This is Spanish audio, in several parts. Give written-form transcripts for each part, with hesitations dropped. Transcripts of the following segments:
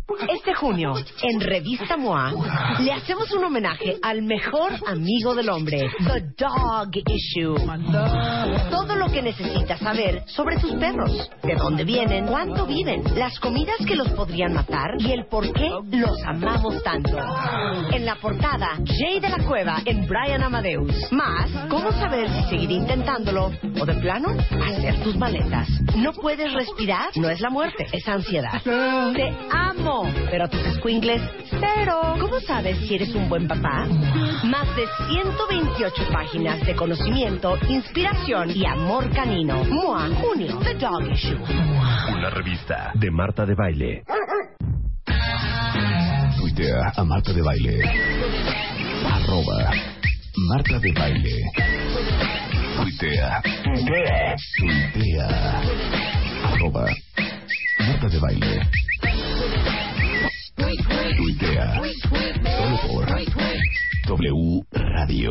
Este junio, en Revista MOA, le hacemos un homenaje al mejor amigo del hombre, The Dog Issue. Todo lo que necesitas saber sobre tus perros, de dónde vienen, cuánto viven, las comidas que los podrían matar y el por qué los amamos tanto. En la portada, Jay de la Cueva en Brian Amadeus. Más, cómo saber si seguir intentándolo o de plano, hacer tus maletas. No puedes respirar, no es la muerte, es ansiedad. Te amo. Pero a tus escuingles, cero. ¿Cómo sabes si eres un buen papá? Más de 128 páginas de conocimiento, inspiración y amor canino. MOA, junio, The Dog Issue. Una revista de Marta de Baile. Tuitea a Marta de Baile. @ Marta de Baile. Tuitea. @ Marta de Baile. Tuitea. Solo por W Radio.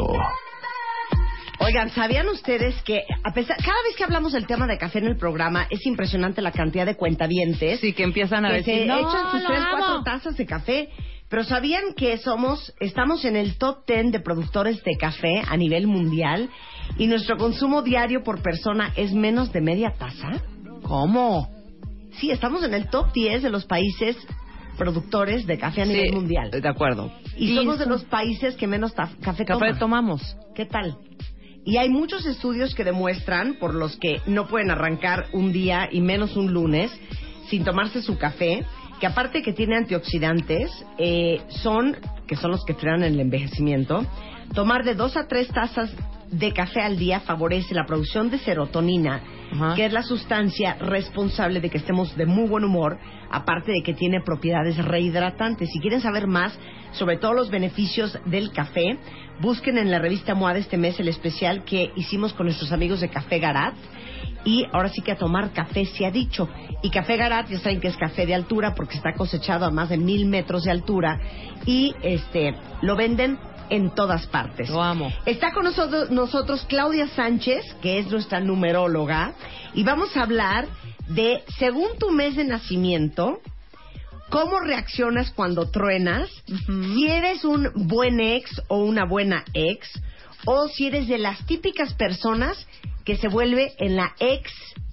Oigan, ¿sabían ustedes que cada vez que hablamos del tema de café en el programa es impresionante la cantidad de cuentavientes? Sí, que empiezan a que decir, se no, echan sus 3, 4 amo. tazas de café. Pero ¿sabían que estamos en el top 10 de productores de café a nivel mundial? Y nuestro consumo diario por persona es menos de media taza. ¿Cómo? Sí, estamos en el top 10 de los países productores de café a nivel mundial. De acuerdo. Y somos de los países que menos café tomamos. ¿Qué tal? Y hay muchos estudios que demuestran, por los que no pueden arrancar un día y menos un lunes sin tomarse su café, que aparte que tiene antioxidantes, que son los que frenan el envejecimiento. Tomar de 2 a 3 tazas de café al día favorece la producción de serotonina, que es la sustancia responsable de que estemos de muy buen humor, aparte de que tiene propiedades rehidratantes. Si quieren saber más sobre todos los beneficios del café, busquen en la revista MOA de este mes el especial que hicimos con nuestros amigos de Café Garat. Y ahora sí que a tomar café se ha dicho. Y Café Garat, ya saben que es café de altura porque está cosechado a más de 1000 metros de altura. Y lo venden en todas partes. Lo amo. Está con nosotros Claudia Sánchez, que es nuestra numeróloga. Y vamos a hablar de, según tu mes de nacimiento, cómo reaccionas cuando truenas, si eres un buen ex o una buena ex, o si eres de las típicas personas que se vuelve en la ex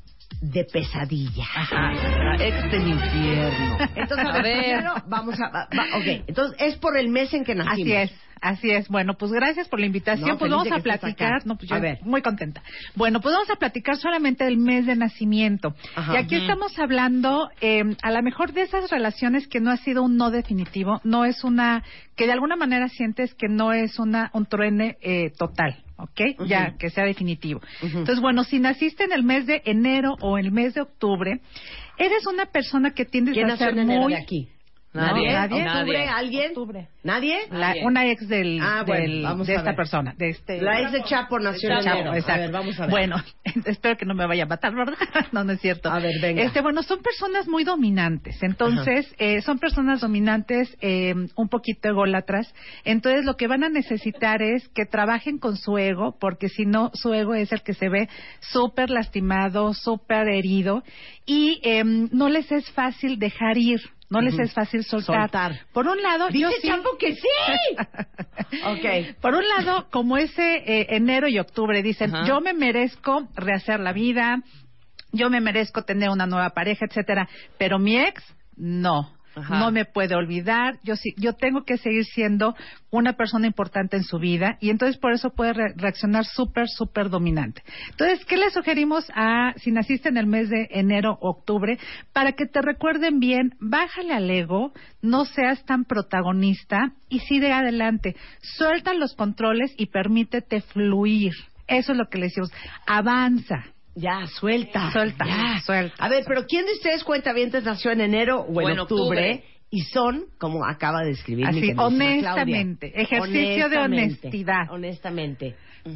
de pesadilla. Ajá, la ex del infierno. Entonces, a ver, primero vamos ok, entonces es por el mes en que nacimos. Así es. Bueno, pues gracias por la invitación. No, pues feliz vamos de a que estés platicar. acá. No, pues yo A ver. muy contenta. Bueno, pues vamos a platicar solamente del mes de nacimiento. Ajá. Y aquí estamos hablando, a lo mejor de esas relaciones que no ha sido un no definitivo, no es una, que de alguna manera sientes que no es un truene total. ¿Ok? Ya, que sea definitivo. Entonces, bueno, si naciste en el mes de enero o en el mes de octubre, eres una persona que tiendes ¿Quién a nació ser en enero muy... de aquí? Nadie. ¿Octubre? ¿Alguien? Octubre. ¿Nadie? Una ex bueno, vamos de a esta ver. persona. La ex de Chapo nació en Chapo, enero. exacto. A ver, vamos a ver. Bueno, espero que no me vaya a matar, ¿verdad? No es cierto. A ver, venga. Bueno, son personas muy dominantes. Entonces, son personas dominantes, un poquito ególatras. Entonces, lo que van a necesitar es que trabajen con su ego, porque si no, su ego es el que se ve súper lastimado, súper herido. Y no les es fácil dejar ir. No les es fácil soltar. Por un lado, Dice yo sí. Chapo que sí. Ok. Por un lado, como ese enero y octubre, dicen, yo me merezco rehacer la vida, yo me merezco tener una nueva pareja, etcétera. Pero mi ex, no. No me puede olvidar, yo tengo que seguir siendo una persona importante en su vida y entonces por eso puede reaccionar súper dominante. Entonces, ¿qué le sugerimos si naciste en el mes de enero o octubre? Para que te recuerden bien, bájale al ego, no seas tan protagonista y sigue adelante. Suelta los controles y permítete fluir. Eso es lo que le decimos. Avanza. Ya, suelta. Ya, suelta. A ver, pero ¿quién de ustedes cuentavientes nació en enero o en octubre? Y son, como acaba de escribir mi así, queridísima honestamente. Claudia. Ejercicio de honestidad. Honestamente.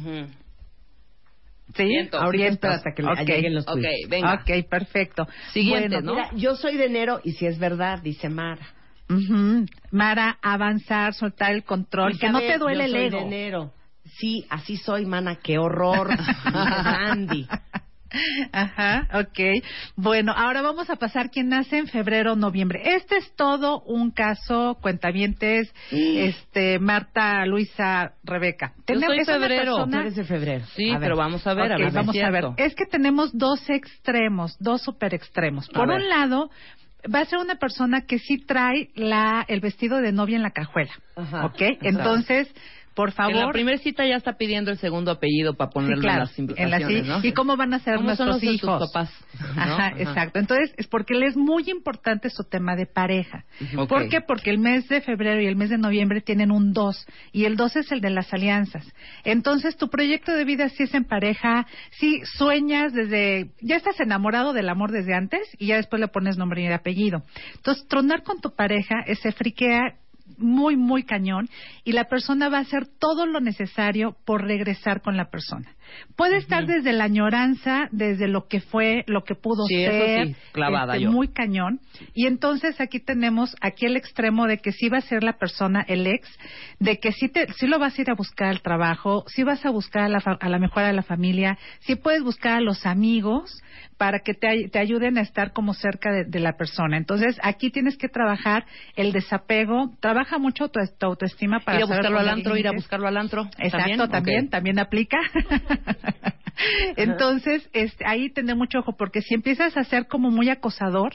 ¿Sí? Ahorita espera hasta que lleguen los tuyos. Ok, venga. Ok, perfecto. Siguiente, bueno, ¿no? Mira, yo soy de enero y si es verdad, dice Mara. Mara, avanzar, soltar el control, Y que no te duele el yo soy ego. de enero. Sí, así soy, mana, qué horror. Dice Sandy. Ajá, ok. Bueno, ahora vamos a pasar quién nace en febrero o noviembre. Este es todo un caso, cuentavientes, Marta, Luisa, Rebeca. Yo soy es una febrero. persona- Tú eres de febrero. Sí, A ver. pero vamos a ver, Ok, a ver si vamos es a ver. cierto. Es que tenemos dos extremos, dos super extremos. Por un lado, va a ser una persona que sí trae el vestido de novia en la cajuela. Ajá. ¿Ok? Entonces, por favor. En la primera cita ya está pidiendo el segundo apellido para ponerlo Sí, claro, en las invitaciones, ¿no? ¿Y cómo van a ser ¿Cómo son nuestros los de tus hijos? papás? ¿No? Ajá, Ajá. exacto. Entonces, es porque le es muy importante su tema de pareja. Ok. ¿Por qué? Porque el mes de febrero y el mes de noviembre tienen un 2, y el 2 es el de las alianzas. Entonces, tu proyecto de vida sí es en pareja, sí sueñas ya estás enamorado del amor desde antes, y ya después le pones nombre y apellido. Entonces, tronar con tu pareja se friquea muy, muy cañón, y la persona va a hacer todo lo necesario por regresar con la persona. Puede estar desde la añoranza, desde lo que fue, lo que pudo Sí, eso ser, sí, clavada yo. muy cañón. Y entonces aquí tenemos el extremo de que sí va a ser la persona, el ex, de que sí lo vas a ir a buscar al trabajo, sí vas a buscar a la mejor a la familia, sí puedes buscar a los amigos para que te ayuden a estar como cerca de la persona. Entonces, aquí tienes que trabajar el desapego, trabaja mucho tu autoestima para Ir a saber buscarlo al poner antro, ir a límites. buscarlo al antro. Exacto, ¿También? también aplica. Entonces, ahí tener mucho ojo, porque si empiezas a ser como muy acosador,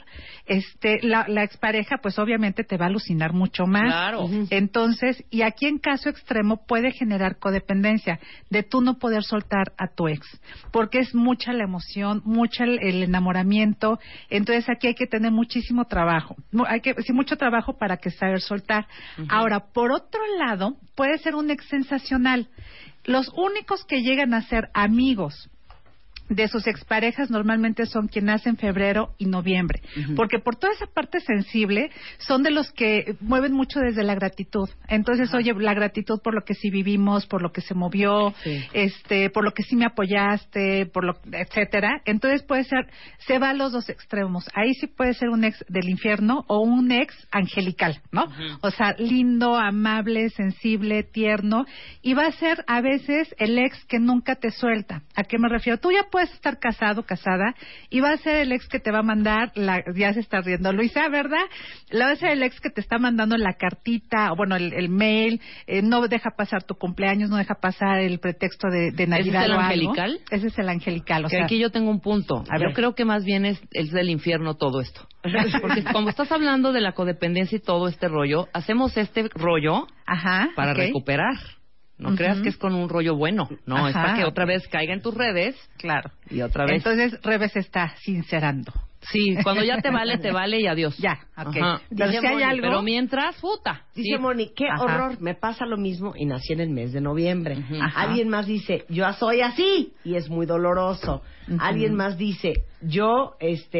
la expareja, pues obviamente te va a alucinar mucho más. Claro. Entonces, y aquí en caso extremo puede generar codependencia, de tú no poder soltar a tu ex, porque es mucha la emoción, mucho el enamoramiento. Entonces, aquí hay que tener muchísimo trabajo, mucho trabajo para que saber soltar. Ahora, por otro lado, puede ser un ex sensacional. Los únicos que llegan a ser amigos de sus exparejas normalmente son quienes nacen en febrero y noviembre, porque por toda esa parte sensible son de los que mueven mucho desde la gratitud. Entonces, oye, la gratitud por lo que sí vivimos, por lo que se movió, por lo que sí me apoyaste, etcétera. Entonces puede ser, se va a los dos extremos. Ahí sí puede ser un ex del infierno o un ex angelical, ¿no? O sea, lindo, amable, sensible, tierno, y va a ser a veces el ex que nunca te suelta. ¿A qué me refiero? Tú ya puedes estar casado, casada, y va a ser el ex que te va a mandar, ya se está riendo Luisa, ¿verdad? Va a ser el ex que te está mandando la cartita, o bueno, el mail, no deja pasar tu cumpleaños, no deja pasar el pretexto de Navidad. ¿Ese es el o algo. angelical? Ese es el angelical, o Que sea, aquí yo tengo un punto. A ver. Yo creo que más bien es del infierno todo esto. Porque como estás hablando de la codependencia y todo este rollo, hacemos este rollo ajá, para ok. recuperar. No creas que es con un rollo bueno. No, es Ajá, para que otra ok. vez caiga en tus redes. Claro. Y otra vez. Entonces, Reves está sincerando. Sí, cuando ya te vale y adiós. Ya, ok. Ajá. Pero Dice si hay Moni, algo... Pero mientras, puta. Dice Sí. Moni, qué Ajá. horror, me pasa lo mismo y nací en el mes de noviembre. Ajá. Alguien más dice, yo soy así y es muy doloroso. Alguien más dice, yo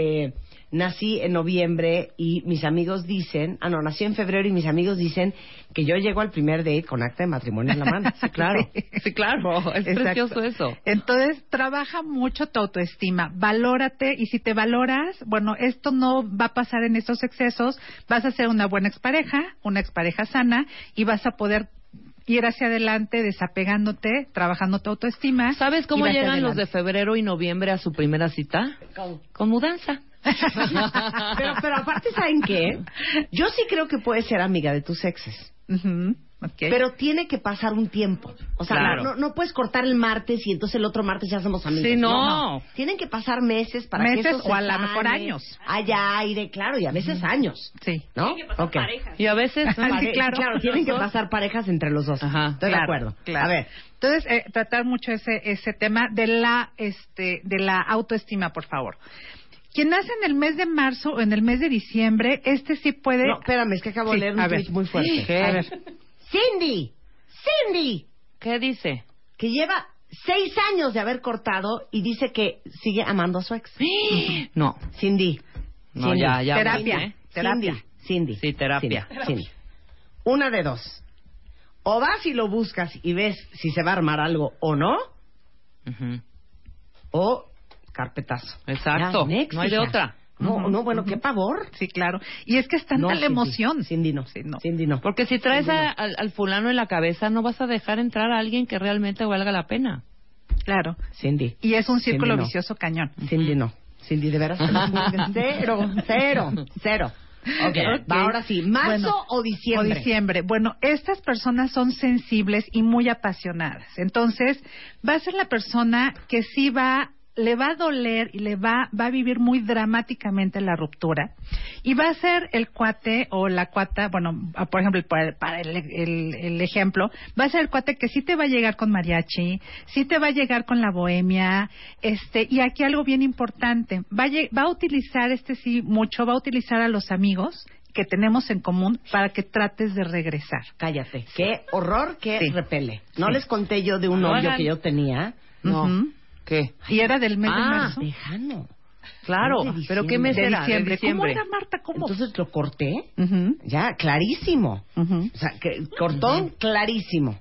nací en noviembre y mis amigos dicen, nací en febrero y mis amigos dicen que yo llego al primer date con acta de matrimonio en la mano. Sí, claro. Sí, claro. Es Exacto. precioso eso. Entonces, trabaja mucho tu autoestima, valórate, y si te valoras, bueno, esto no va a pasar en estos excesos, vas a ser una buena expareja sana, y vas a poder ir hacia adelante desapegándote, trabajando tu autoestima. ¿Sabes cómo y vas llegan los adelante. de febrero y noviembre a su primera cita? Con mudanza. pero aparte, ¿saben qué? Yo sí creo que puedes ser amiga de tus exes. Ujú, ok. Pero tiene que pasar un tiempo. O sea, Claro. no puedes cortar el martes y entonces el otro martes ya somos amigos. Sí, no. Tienen que pasar meses para que Meses eso se o a lo mejor sane, años. haya aire, claro, y a veces años. Sí. ¿No? Ok. Y a veces... Sí, claro. Tienen que pasar parejas entre los dos. Ajá, Estoy de acuerdo. Claro. A ver, Entonces, tratar mucho ese tema de la autoestima, por favor. Quien nace en el mes de marzo o en el mes de diciembre, sí puede... no, espérame, es que acabo de Sí, leer a un ver. tweet muy fuerte. ¿Qué? A ver. Cindy, ¿Qué dice? que lleva 6 años de haber cortado y dice que sigue amando a su ex. No. Cindy. No, Cindy. ya. Terapia. ¿eh? Terapia. Cindy. Sí, terapia. Cindy. Una de dos. O vas y lo buscas y ves si se va a armar algo o no, Ujú. o carpetazo. Exacto. Ya, next, No hay de hija. otra. No, bueno, qué pavor. Sí, claro. Y es que es tanta No, la Cindy. emoción. Cindy no. Sí, no. Cindy no. Porque si traes Cindy no. al fulano en la cabeza, no vas a dejar entrar a alguien que realmente valga la pena. Claro. Cindy. Y es un círculo Cindy, no. vicioso cañón. Cindy no. Cindy, de veras. Cero. Okay. Ahora sí, ¿marzo o diciembre? O diciembre. Bueno, estas personas son sensibles y muy apasionadas. Entonces, va a ser la persona que sí le va a doler y va a vivir muy dramáticamente la ruptura. Y va a ser el cuate o la cuata, bueno, por ejemplo, para el ejemplo, va a ser el cuate que sí te va a llegar con mariachi, sí te va a llegar con la bohemia, y aquí algo bien importante, va a utilizar va a utilizar a los amigos que tenemos en común para que trates de regresar. Cállate. Qué horror que repele. No Sí. les conté yo de un novio que yo tenía. No. Ujú. ¿Qué? Y era del mes de marzo. Lejano. Claro, De pero ¿qué mes De era? diciembre. De diciembre. ¿Cómo era, Marta? ¿Cómo? Entonces lo corté. Ujú. Ya, clarísimo. Ujú. O sea, cortón clarísimo.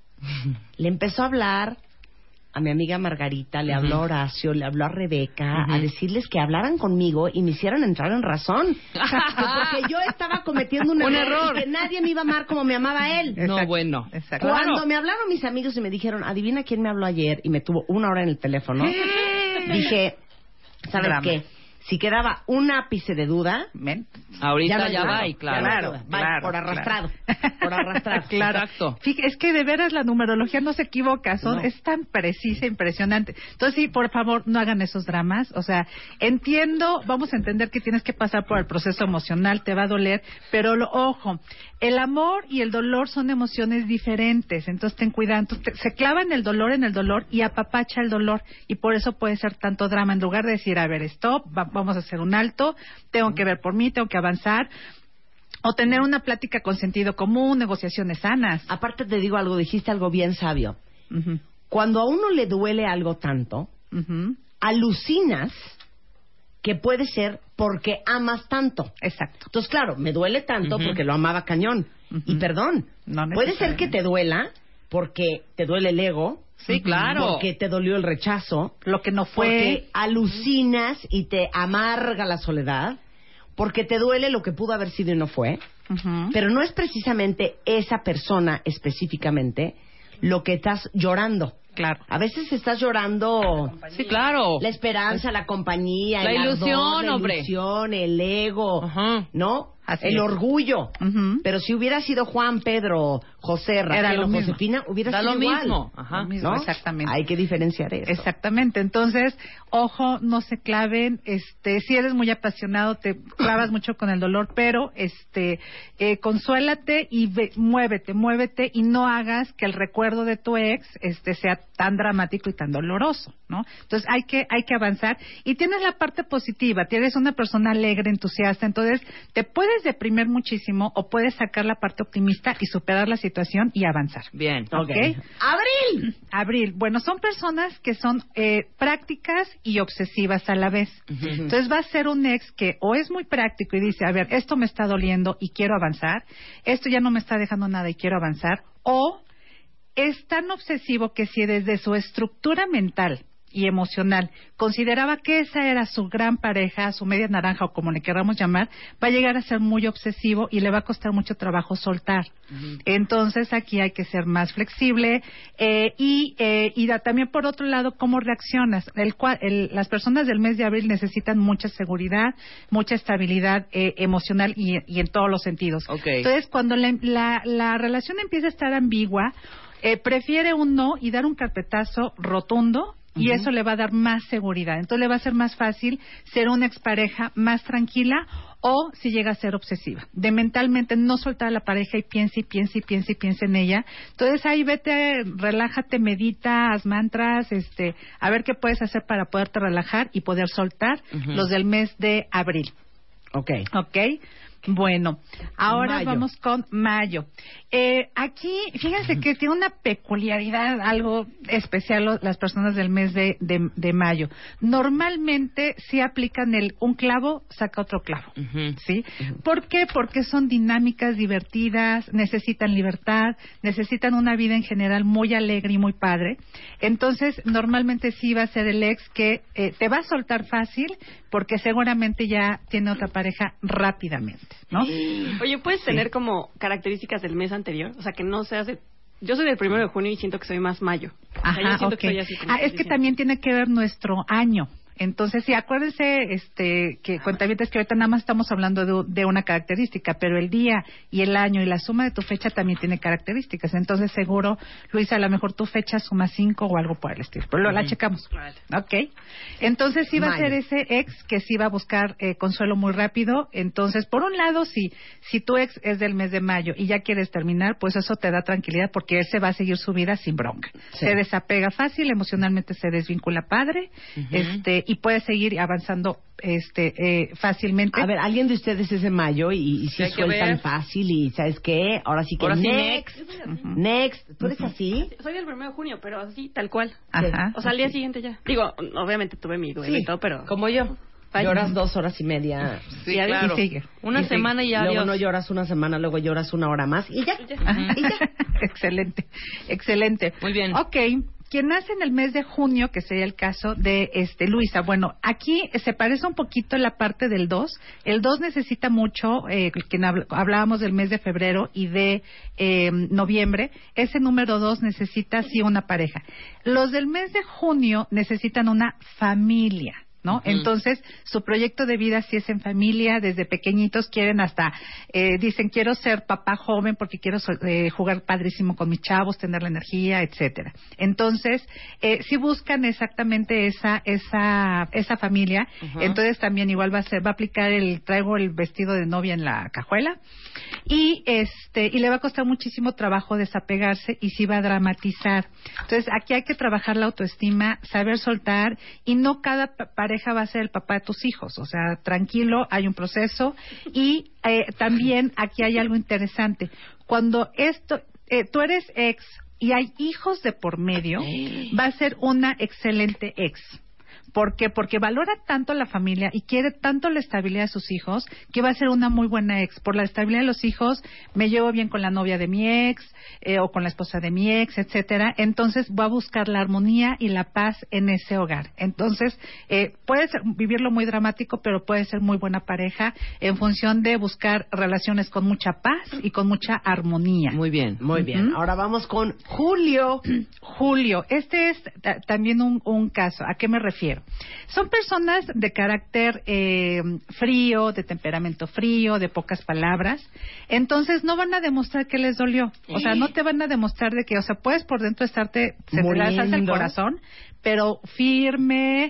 Le empezó a hablar a mi amiga Margarita, le habló a Horacio, le habló a Rebeca, a decirles que hablaran conmigo y me hicieran entrar en razón. Pues porque yo estaba cometiendo un error y que nadie me iba a amar como me amaba él. No, Exacto. bueno. Exacto. Cuando Claro. me hablaron mis amigos y me dijeron, adivina quién me habló ayer, y me tuvo 1 hora en el teléfono, dije, ¿sabes Drama. qué? Si quedaba un ápice de duda, ¿Ven? Ahorita ya no va, hay y duda, claro. ya no hay Claro, duda. Bye, claro, por arrastrado. Por arrastrado. Claro. Exacto. Fíjate, es que de veras la numerología no se equivoca, No. es tan precisa, impresionante. Entonces, sí, por favor, no hagan esos dramas. O sea, vamos a entender que tienes que pasar por el proceso emocional, te va a doler, pero ojo, el amor y el dolor son emociones diferentes, entonces ten cuidado. Entonces, se clava en el dolor y apapacha el dolor, y por eso puede ser tanto drama. En lugar de decir, a ver, stop, vamos a hacer un alto, tengo que ver por mí, tengo que avanzar, o tener una plática con sentido común, negociaciones sanas. Aparte te digo algo, dijiste algo bien sabio. Ujú, Cuando a uno le duele algo tanto, ujú. alucinas que puede ser porque amas tanto. Exacto. Entonces, claro, me duele tanto porque lo amaba cañón. Ujú. Y perdón, No puede ser que te duela porque te duele el ego, Sí, claro. porque te dolió el rechazo, Lo que no fue. porque alucinas y te amarga la soledad, porque te duele lo que pudo haber sido y no fue, Ujú. pero no es precisamente esa persona específicamente lo que estás llorando. Claro. A veces estás llorando Sí, claro. la esperanza, la compañía, La el ilusión, ardor, la hombre. ilusión, el ego, Ajá. ¿no? Así el es. orgullo. Ujú. Pero si hubiera sido Juan, Pedro, José, Era Raquel lo o mismo. Josefina, hubiera Da sido lo igual. mismo. Ajá. Lo mismo, ¿No? exactamente. Hay que diferenciar eso. Exactamente. Entonces, ojo, no se claven. Si eres muy apasionado, te clavas mucho con el dolor, pero consuélate y muévete y no hagas que el recuerdo de tu ex sea tan dramático y tan doloroso, ¿no? Entonces, hay que avanzar. Y tienes la parte positiva, tienes una persona alegre, entusiasta, entonces te puedes deprimir muchísimo o puedes sacar la parte optimista y superar la situación y avanzar. Bien. ¿Ok? ¡Abril! Abril. Bueno, son personas que son prácticas y obsesivas a la vez. Entonces va a ser un ex que o es muy práctico y dice, a ver, esto me está doliendo y quiero avanzar, esto ya no me está dejando nada y quiero avanzar, o es tan obsesivo que si desde su estructura mental y emocional consideraba que esa era su gran pareja, su media naranja o como le queramos llamar, va a llegar a ser muy obsesivo y le va a costar mucho trabajo soltar. Entonces aquí hay que ser más flexible también por otro lado cómo reaccionas. Las personas del mes de abril necesitan mucha seguridad, mucha estabilidad emocional y en todos los sentidos. Okay. Entonces cuando la relación empieza a estar ambigua, prefiere un no y dar un carpetazo rotundo. Y eso le va a dar más seguridad. Entonces le va a ser más fácil ser una expareja más tranquila o si llega a ser obsesiva. De mentalmente no soltar a la pareja y piensa en ella. Entonces ahí vete, relájate, medita, haz mantras, a ver qué puedes hacer para poderte relajar y poder soltar los del mes de abril. Ok. ¿Ok? Bueno, ahora Mayo. vamos con mayo. Aquí, fíjense que tiene una peculiaridad, algo especial las personas del mes de mayo. Normalmente sí aplican un clavo saca otro clavo, ¿sí? ¿Por qué? Porque son dinámicas, divertidas, necesitan libertad, necesitan una vida en general muy alegre y muy padre. Entonces, normalmente sí va a ser el ex que te va a soltar fácil porque seguramente ya tiene otra pareja rápidamente, ¿no? Oye, ¿puedes tener como características del mes anterior? O sea, que no seas de Yo soy del 1 de junio y siento que soy más mayo. Ajá, yo siento ok. que soy así como Es que también tiene que ver nuestro año. Entonces, sí, acuérdense que cuentavientes que ahorita nada más estamos hablando de una característica, pero el día y el año y la suma de tu fecha también tiene características. Entonces, seguro, Luisa, a lo mejor tu fecha suma 5 o algo por el estilo. Pero la checamos. Ok. Entonces, sí va a ser ese ex que sí va a buscar consuelo muy rápido. Entonces, por un lado, si tu ex es del mes de mayo y ya quieres terminar, pues eso te da tranquilidad porque él se va a seguir su vida sin bronca. Sí. Se desapega fácil, emocionalmente se desvincula padre, y puede seguir avanzando fácilmente. A ver, alguien de ustedes es de mayo y si sueltan fácil y ¿sabes qué? Ahora sí que next. Next. ¿Tú eres así? Soy del 1 de junio, pero así, tal cual. Ajá. O sea, al día siguiente ya. Digo, obviamente tuve mi duelo y todo, pero... Como yo. Lloras 2 horas y media. Sí, claro. Y sigue. Una semana y ya. Luego no lloras una semana, luego lloras 1 hora más y ya. Y ya. Excelente, excelente. Muy bien. Ok. Quien nace en el mes de junio, que sería el caso de Luisa. Bueno, aquí se parece un poquito la parte del 2. El 2 necesita mucho, hablábamos del mes de febrero y de noviembre. Ese número 2 necesita sí una pareja. Los del mes de junio necesitan una familia, ¿no? Entonces, su proyecto de vida sí es en familia, desde pequeñitos quieren hasta, dicen, quiero ser papá joven porque quiero jugar padrísimo con mis chavos, tener la energía, etcétera. Entonces, sí buscan exactamente esa familia. Entonces, también igual va a aplicar traigo el vestido de novia en la cajuela y le va a costar muchísimo trabajo desapegarse y sí va a dramatizar. Entonces, aquí hay que trabajar la autoestima, saber soltar y no cada pareja va a ser el papá de tus hijos, o sea, tranquilo, hay un proceso y también aquí hay algo interesante. Cuando tú eres ex y hay hijos de por medio, va a ser una excelente ex. ¿Por qué? Porque valora tanto la familia y quiere tanto la estabilidad de sus hijos que va a ser una muy buena ex. Por la estabilidad de los hijos, me llevo bien con la novia de mi ex o con la esposa de mi ex, etcétera. Entonces, va a buscar la armonía y la paz en ese hogar. Entonces, puede vivirlo muy dramático, pero puede ser muy buena pareja en función de buscar relaciones con mucha paz y con mucha armonía. Muy bien, muy bien. Ahora vamos con Julio. Julio, este es también un caso. ¿A qué me refiero? Son personas de carácter frío, de temperamento frío, de pocas palabras. Entonces no van a demostrar que les dolió. O sea, no te van a demostrar de que, o sea, puedes por dentro se te salsa el corazón, pero firme,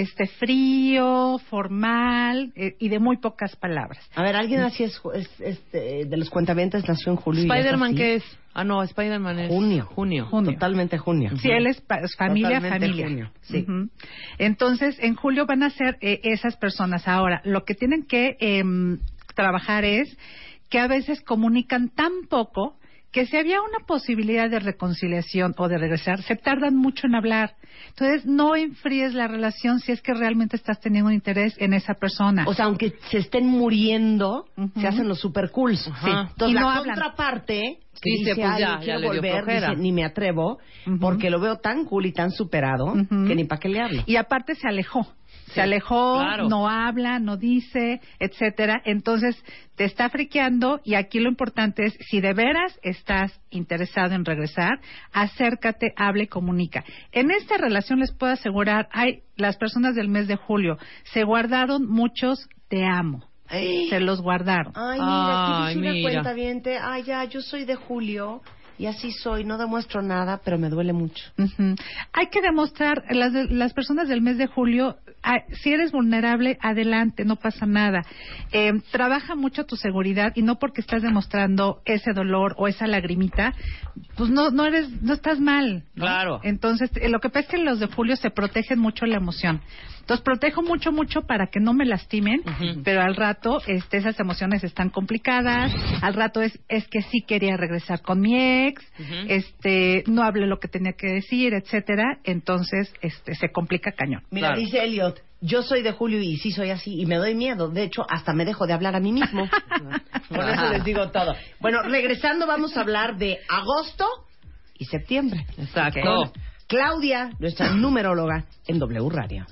frío, formal y de muy pocas palabras. A ver, alguien así es de los cuentavientes nació en julio. ¿Spider-Man qué es? Ah, no, Spider-Man es junio. Totalmente junio. Sí, él es familia. Junio. Sí. Entonces, en julio van a ser esas personas. Ahora, lo que tienen que trabajar es que a veces comunican tan poco que si había una posibilidad de reconciliación o de regresar, se tardan mucho en hablar. Entonces, no enfríes la relación si es que realmente estás teniendo un interés en esa persona. O sea, aunque se estén muriendo, se hacen los super cools. Sí. Entonces, y no la hablan. Contraparte que dice, dice, pues ya quiero volver, dice, ni me atrevo, porque lo veo tan cool y tan superado que ni para qué le hablo. Y aparte se alejó. Se alejó, claro. No habla, no dice, etcétera. Entonces, te está friqueando y aquí lo importante es, si de veras estás interesado en regresar, acércate, hable y comunica. En esta relación les puedo asegurar, las personas del mes de julio se guardaron muchos te amo. Se los guardaron. Ay, mira, aquí dice una cuentaviente, yo soy de julio. Y así soy, no demuestro nada, pero me duele mucho. Hay que demostrar, las personas del mes de julio, si eres vulnerable, adelante, no pasa nada. Trabaja mucho tu seguridad y no porque estás demostrando ese dolor o esa lagrimita, pues no estás mal, ¿no? Claro. Entonces, lo que pasa es que los de julio se protegen mucho la emoción. Entonces, protejo mucho para que no me lastimen, pero al rato esas emociones están complicadas, al rato es que sí quería regresar con mi ex, no hablé lo que tenía que decir, etcétera, entonces se complica cañón. Mira, claro. Dice Elliot, yo soy de julio y sí soy así y me doy miedo, de hecho hasta me dejo de hablar a mí mismo. Con eso les digo todo. Bueno, regresando vamos a hablar de agosto y septiembre. Exacto. Okay. Claudia, nuestra numeróloga en W Radio.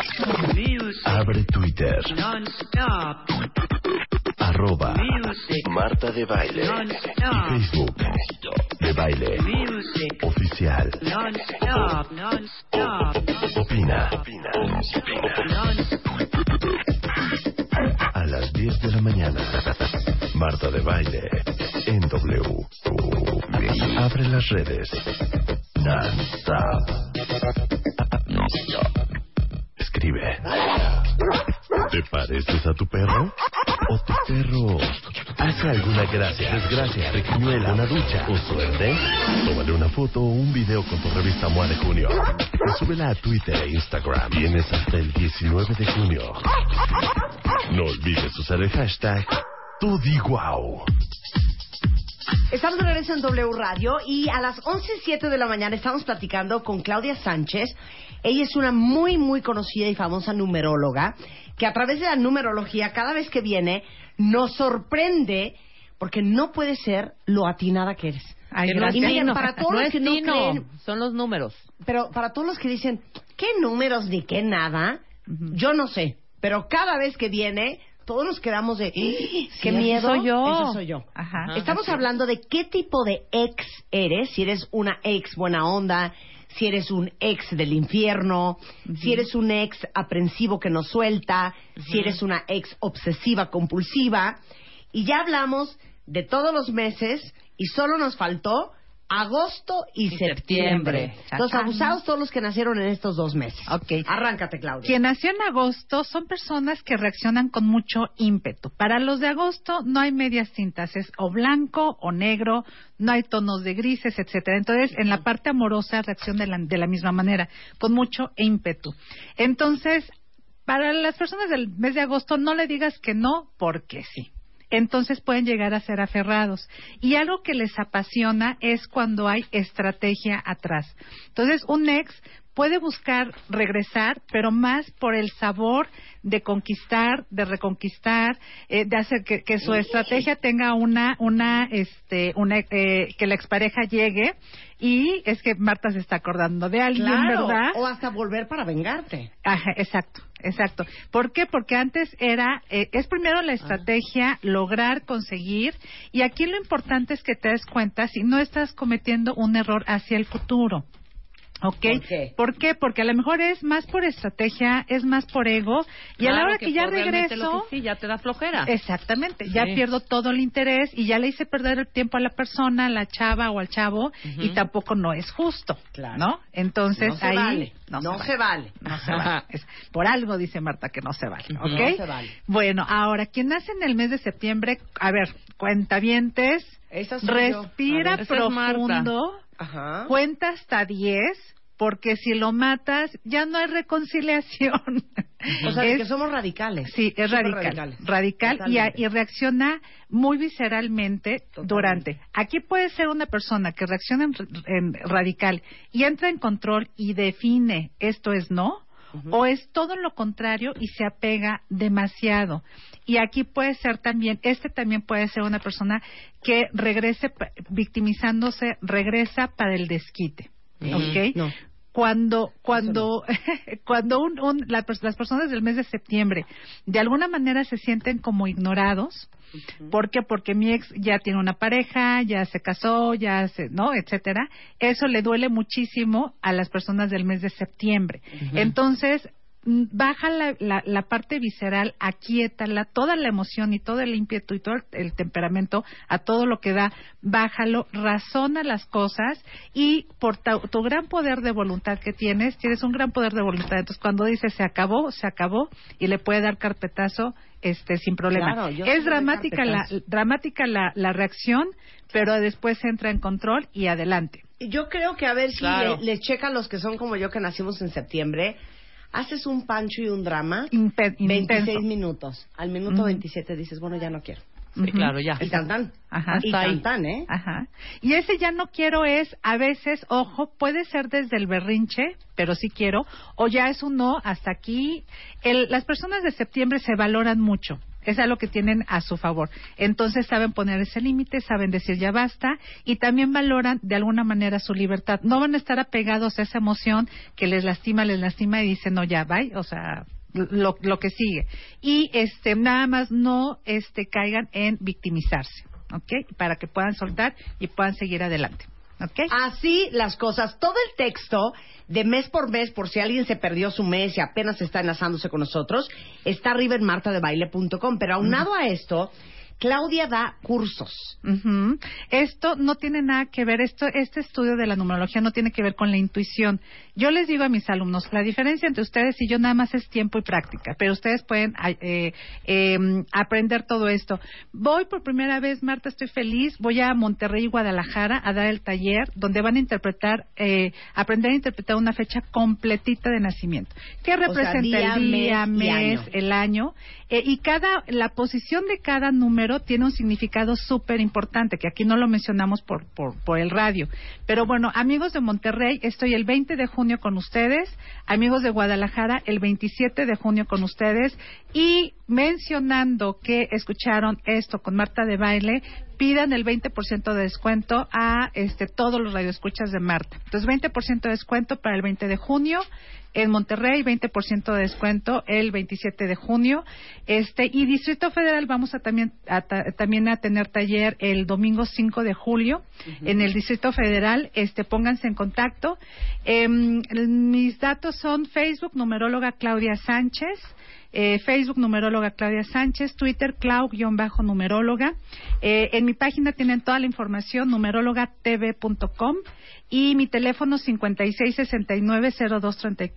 Abre Twitter. @Marta de Baile. Y Facebook. de Baile. Oficial. Opina. A las 10 de la mañana. Marta de Baile. En W. Abre las redes. Non-stop. Escribe. ¿Te pareces a tu perro? ¿O tu perro hace alguna gracia, desgracia, requiñuela, una ducha o suerte? Tómale una foto o un video con tu revista MOA de junio y súbela a Twitter e Instagram. Tienes hasta el 19 de junio. No olvides usar el hashtag #TuDiGuau. Estamos de regreso en W Radio y a las 11:07 de la mañana estamos platicando con Claudia Sánchez. Ella es una muy, muy conocida y famosa numeróloga que a través de la numerología, cada vez que viene, nos sorprende porque no puede ser lo atinada que eres. Ay, y miren, para todos los que no creen, son los números. Pero para todos los que dicen, ¿qué números ni qué nada? Yo no sé, pero cada vez que viene, todos nos quedamos de, qué miedo. Eso soy yo. Ajá. Estamos hablando de qué tipo de ex eres, si eres una ex buena onda, si eres un ex del infierno, si eres un ex aprensivo que no suelta, si eres una ex obsesiva compulsiva. Y ya hablamos de todos los meses y solo nos faltó agosto y septiembre. Los abusados todos los que nacieron en estos 2 meses. Ok. Arráncate, Claudia. Quien nació en agosto son personas que reaccionan con mucho ímpetu. Para los de agosto no hay medias tintas, es o blanco o negro, no hay tonos de grises, etcétera. Entonces, en la parte amorosa reaccionan de la misma manera, con mucho ímpetu. Entonces, para las personas del mes de agosto no le digas que no, porque sí. Entonces pueden llegar a ser aferrados. Y algo que les apasiona es cuando hay estrategia atrás. Entonces, un ex puede buscar regresar, pero más por el sabor de conquistar, de reconquistar, de hacer que su estrategia tenga que la expareja llegue. Y es que Marta se está acordando de alguien, ¿verdad? O hasta volver para vengarte. Ajá, exacto. ¿Por qué? Porque antes es primero la estrategia, lograr, conseguir, y aquí lo importante es que te des cuenta si no estás cometiendo un error hacia el futuro. ¿Ok? ¿Por qué? Porque a lo mejor es más por estrategia, es más por ego, y a la hora que ya regreso... Sí, ya te da flojera. Exactamente, ya pierdo todo el interés y ya le hice perder el tiempo a la persona, a la chava o al chavo, y tampoco no es justo, ¿no? Entonces ahí... No se vale. Por algo dice Marta que no se vale, ¿ok? No se vale. Bueno, ahora, quien nace en el mes de septiembre, a ver, cuentavientes, respira profundo, cuenta hasta 10, porque si lo matas, ya no hay reconciliación. O sea, de que somos radicales. Sí, es radical y reacciona muy visceralmente durante. Aquí puede ser una persona que reacciona en radical y entra en control y define esto es no, o es todo lo contrario y se apega demasiado. Y aquí puede ser también puede ser una persona que regrese victimizándose, regresa para el desquite. ¿Ok? No. Cuando las personas del mes de septiembre de alguna manera se sienten como ignorados, ¿por qué? Porque mi ex ya tiene una pareja, ya se casó, etcétera. Eso le duele muchísimo a las personas del mes de septiembre. Entonces, baja la parte visceral, aquíétala, toda la emoción y todo el ímpetu y todo el temperamento, a todo lo que da, bájalo, razona las cosas y por tu gran poder de voluntad que tienes un gran poder de voluntad. Entonces, cuando dices se acabó y le puede dar carpetazo sin problema. Claro, es dramática la reacción, pero después entra en control y adelante. Yo creo que a ver si le checan los que son como yo que nacimos en septiembre. Haces un pancho y un drama, 26 minutos. Al minuto 27 dices, bueno, ya no quiero. Sí, claro, ya. Y tan. Ajá. Y tan, ¿eh? Ajá. Y ese ya no quiero es, a veces, ojo, puede ser desde el berrinche, pero sí quiero, o ya es un no, hasta aquí. Las personas de septiembre se valoran mucho. Es algo que tienen a su favor. Entonces saben poner ese límite, saben decir ya basta y también valoran de alguna manera su libertad. No van a estar apegados a esa emoción que les lastima y dicen no, ya, bye, o sea, lo que sigue. Y nada más no caigan en victimizarse, ¿ok? Para que puedan soltar y puedan seguir adelante. ¿Okay? Así las cosas. Todo el texto de mes, por si alguien se perdió su mes y apenas está enlazándose con nosotros, está arriba en martadebaile.com. Pero aunado a esto, Claudia da cursos. Esto no tiene nada que ver, este estudio de la numerología no tiene que ver con la intuición. Yo les digo a mis alumnos, la diferencia entre ustedes y yo nada más es tiempo y práctica, pero ustedes pueden aprender todo esto. Voy por primera vez, Marta, estoy feliz, voy a Monterrey y Guadalajara a dar el taller donde van a aprender a interpretar una fecha completita de nacimiento. ¿Qué representa el día, mes, el año? Y la posición de cada número tiene un significado súper importante, que aquí no lo mencionamos por el radio. Pero bueno, amigos de Monterrey, estoy el 20 de junio con ustedes, amigos de Guadalajara, el 27 de junio con ustedes, y mencionando que escucharon esto con Marta de Baile, pidan el 20% de descuento a todos los radioescuchas de Marta. Entonces, 20% de descuento para el 20 de junio en Monterrey, 20% de descuento el 27 de junio. Y Distrito Federal vamos a también a tener taller el domingo 5 de julio en el Distrito Federal. Pónganse en contacto. Mis datos son Facebook, numeróloga Claudia Sánchez. Facebook, numeróloga Claudia Sánchez, Twitter, Clau-numeróloga. En mi página tienen toda la información, numerologatv.com, y mi teléfono 5669-0234,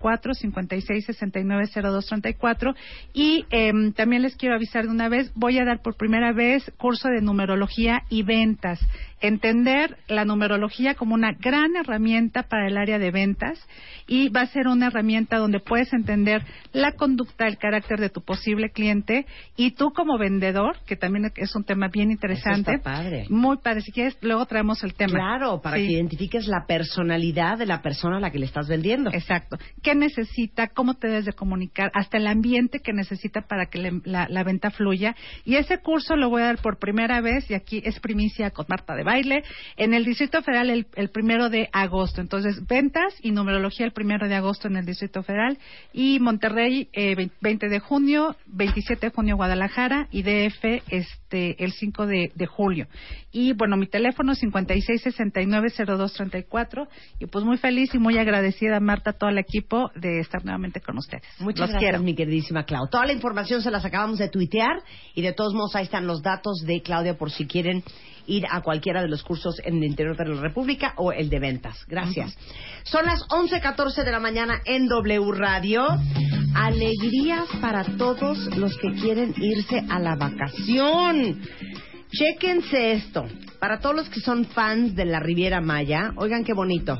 5669-0234. Y también les quiero avisar de una vez, voy a dar por primera vez curso de numerología y ventas. Entender la numerología como una gran herramienta para el área de ventas, y va a ser una herramienta donde puedes entender la conducta, el carácter de tu posible cliente, y tú como vendedor, que también es un tema bien interesante. Eso está padre. Muy padre. Si quieres, luego traemos el tema. Claro, para que identifiques la personalidad de la persona a la que le estás vendiendo. Exacto. ¿Qué necesita? ¿Cómo te debes de comunicar? Hasta el ambiente que necesita para que la venta fluya. Y ese curso lo voy a dar por primera vez, y aquí es primicia con Marta de Baile, en el Distrito Federal el 1 de agosto. Entonces, ventas y numerología el 1 de agosto en el Distrito Federal, y Monterrey 20 de junio, 27 de junio Guadalajara, y DF el 5 de julio. Y bueno, mi teléfono 5669-0234, y pues muy feliz y muy agradecida, Marta, a todo el equipo de estar nuevamente con ustedes. Muchas gracias, mi queridísima Clau. Toda la información se las acabamos de tuitear, y de todos modos ahí están los datos de Claudia por si quieren ir a cualquiera de los cursos en el interior de la República o el de ventas. Gracias. Son las 11:14 de la mañana en W Radio. Alegrías para todos los que quieren irse a la vacación. Chéquense esto. Para todos los que son fans de la Riviera Maya, oigan qué bonito.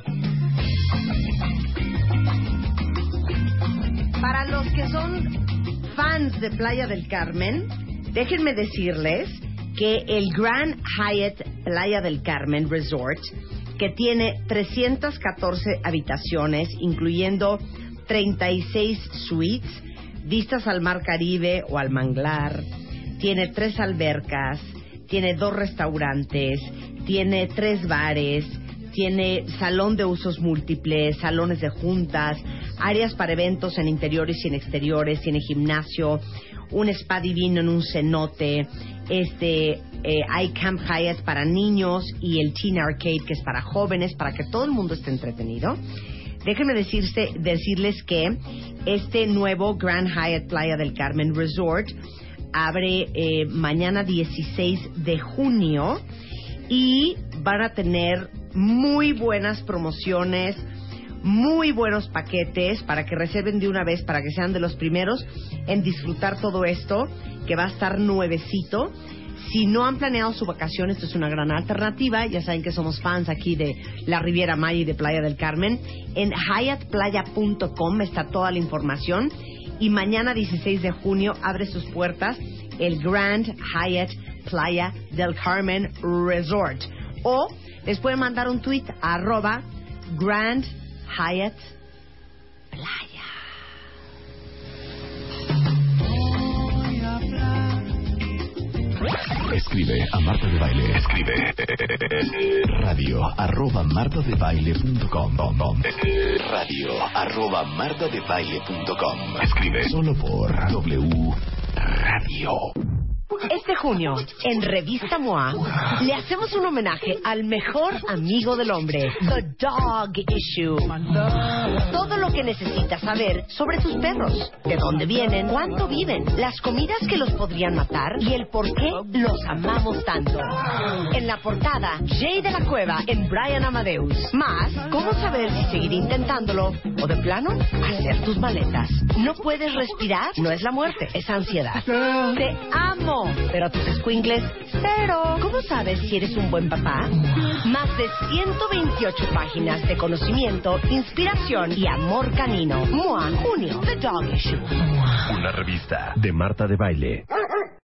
Para los que son fans de Playa del Carmen, déjenme decirles que el Grand Hyatt Playa del Carmen Resort, que tiene 314 habitaciones, incluyendo 36 suites, vistas al mar Caribe o al manglar, tiene 3 albercas, tiene 2 restaurantes, tiene 3 bares, tiene salón de usos múltiples, salones de juntas, áreas para eventos en interiores y en exteriores, tiene gimnasio, un spa divino en un cenote, hay Camp Hyatt para niños y el Teen Arcade, que es para jóvenes, para que todo el mundo esté entretenido. Déjenme decirles que este nuevo Grand Hyatt Playa del Carmen Resort abre mañana 16 de junio y van a tener muy buenas promociones, muy buenos paquetes para que reserven de una vez, para que sean de los primeros en disfrutar todo esto, que va a estar nuevecito. Si no han planeado su vacación, esto es una gran alternativa. Ya saben que somos fans aquí de la Riviera Maya y de Playa del Carmen. En hyattplaya.com está toda la información. Y mañana 16 de junio abre sus puertas el Grand Hyatt Playa del Carmen Resort. O les pueden mandar un tweet a @Grand Hyatt Playa. Escribe a Marta de Baile. Escribe radio@martadebaile.com. radio@martadebaile.com. Escribe solo por W Radio. Este junio, en Revista MOA, le hacemos un homenaje al mejor amigo del hombre, The Dog Issue. Todo lo que necesitas saber sobre tus perros, de dónde vienen, cuánto viven, las comidas que los podrían matar y el por qué los amamos tanto. En la portada, Jay de la Cueva en Brian Amadeus. Más, cómo saber si seguir intentándolo o de plano, hacer tus maletas. No puedes respirar, no es la muerte, es ansiedad. Te amo, pero a tus escuincles, cero. ¿Cómo sabes si eres un buen papá? Más de 128 páginas de conocimiento, inspiración y amor canino. MOA, junio, The Dog Issue. Una revista de Marta de Baile.